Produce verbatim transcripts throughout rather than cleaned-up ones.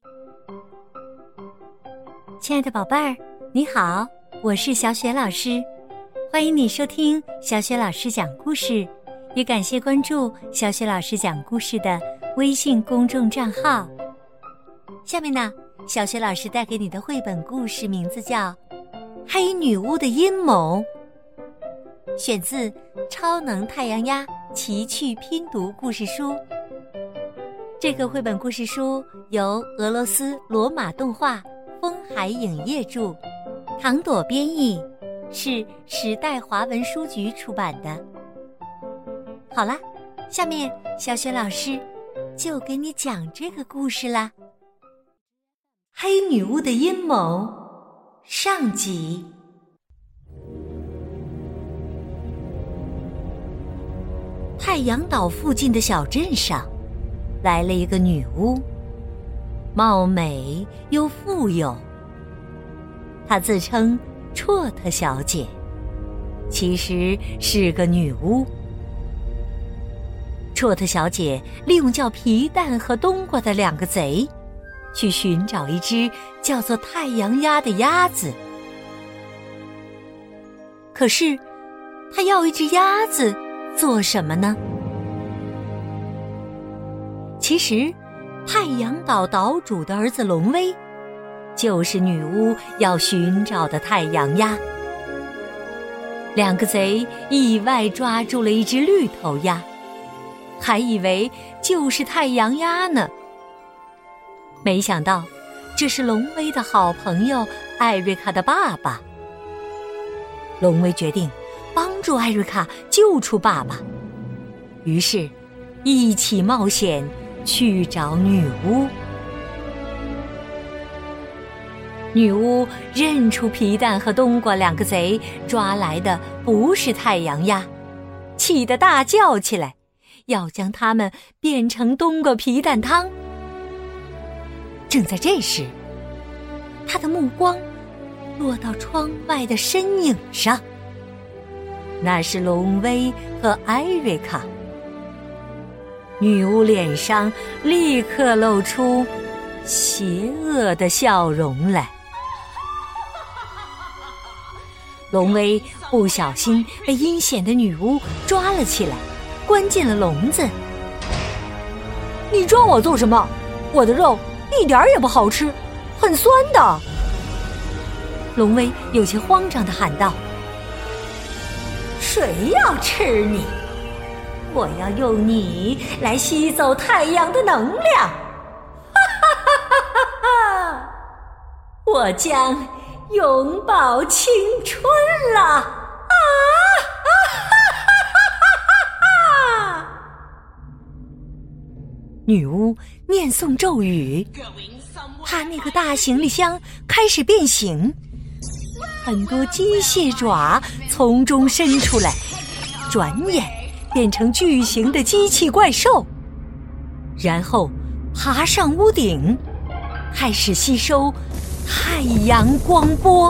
亲爱的宝贝儿，你好，我是小雪老师，欢迎你收听小雪老师讲故事，也感谢关注小雪老师讲故事的微信公众账号。下面呢，小雪老师带给你的绘本故事名字叫《黑女巫的阴谋》，选自《超能太阳鸭奇趣拼读故事书》。这个绘本故事书由俄罗斯罗马动画风海影业著，唐朵编译，是时代华文书局出版的。好啦，下面小雪老师就给你讲这个故事啦。黑女巫的阴谋上集。太阳岛附近的小镇上来了一个女巫，貌美又富有。她自称绰特小姐，其实是个女巫。绰特小姐利用叫皮蛋和冬瓜的两个贼，去寻找一只叫做太阳鸭的鸭子。可是，她要一只鸭子做什么呢？其实，太阳岛岛主的儿子龙威，就是女巫要寻找的太阳鸭。两个贼意外抓住了一只绿头鸭，还以为就是太阳鸭呢。没想到，这是龙威的好朋友艾瑞卡的爸爸。龙威决定帮助艾瑞卡救出爸爸，于是一起冒险去找女巫。女巫认出皮蛋和冬瓜两个贼抓来的不是太阳鸭，气得大叫起来，要将它们变成冬瓜皮蛋汤。正在这时，她的目光落到窗外的身影上，那是龙威和艾瑞卡。女巫脸上立刻露出邪恶的笑容来。龙威不小心被阴险的女巫抓了起来，关进了笼子。你抓我做什么？我的肉一点也不好吃，很酸的。龙威有些慌张地喊道：谁要吃你？我要用你来吸走太阳的能量！哈哈哈哈哈！我将永葆青春了！啊啊哈哈哈哈！女巫念诵咒语，她那个大行李箱开始变形，很多机械爪从中伸出来，转眼变成巨型的机器怪兽，然后爬上屋顶，开始吸收太阳光波。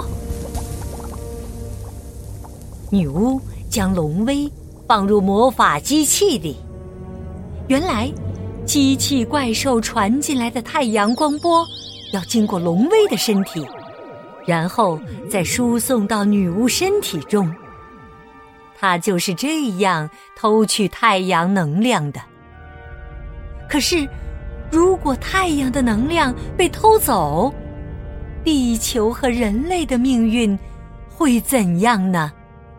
女巫将龙威放入魔法机器里，原来机器怪兽传进来的太阳光波要经过龙威的身体，然后再输送到女巫身体中。他就是这样偷取太阳能量的。可是，如果太阳的能量被偷走，地球和人类的命运会怎样呢？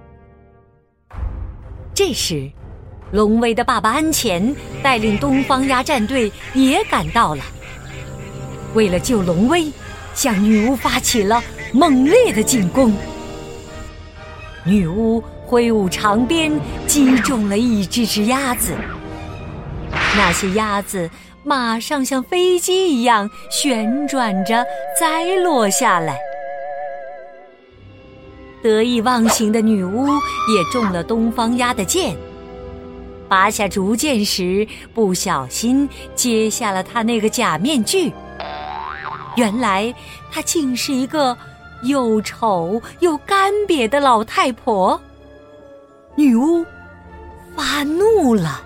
这时，龙威的爸爸安前带领东方鸭战队也赶到了。为了救龙威，向女巫发起了猛烈的进攻。女巫挥舞长鞭，击中了一只只鸭子。那些鸭子马上像飞机一样旋转着栽落下来。得意忘形的女巫也中了东方鸭的箭，拔下竹剑时不小心揭下了她那个假面具。原来她竟是一个又丑又干瘪的老太婆。女巫发怒了。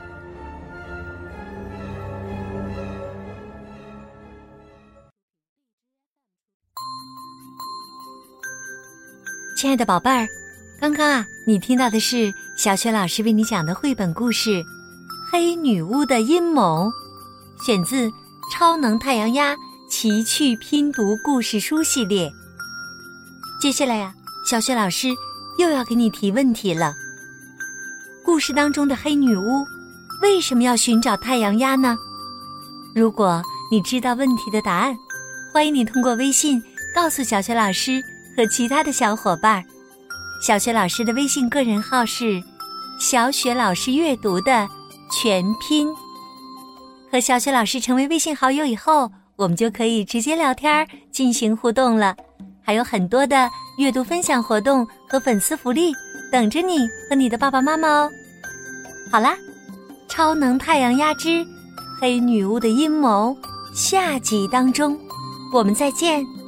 亲爱的宝贝儿，刚刚啊，你听到的是小雪老师为你讲的绘本故事《黑女巫的阴谋》，选自《超能太阳鸭奇趣拼读故事书》系列。接下来呀、啊，小雪老师又要给你提问题了。故事当中的黑女巫为什么要寻找太阳鸭呢？如果你知道问题的答案，欢迎你通过微信告诉小雪老师和其他的小伙伴。小雪老师的微信个人号是小雪老师阅读的全拼。和小雪老师成为微信好友以后，我们就可以直接聊天进行互动了，还有很多的阅读分享活动和粉丝福利等着你和你的爸爸妈妈哦。好啦，超能太阳鸭之黑女巫的阴谋下集当中我们再见。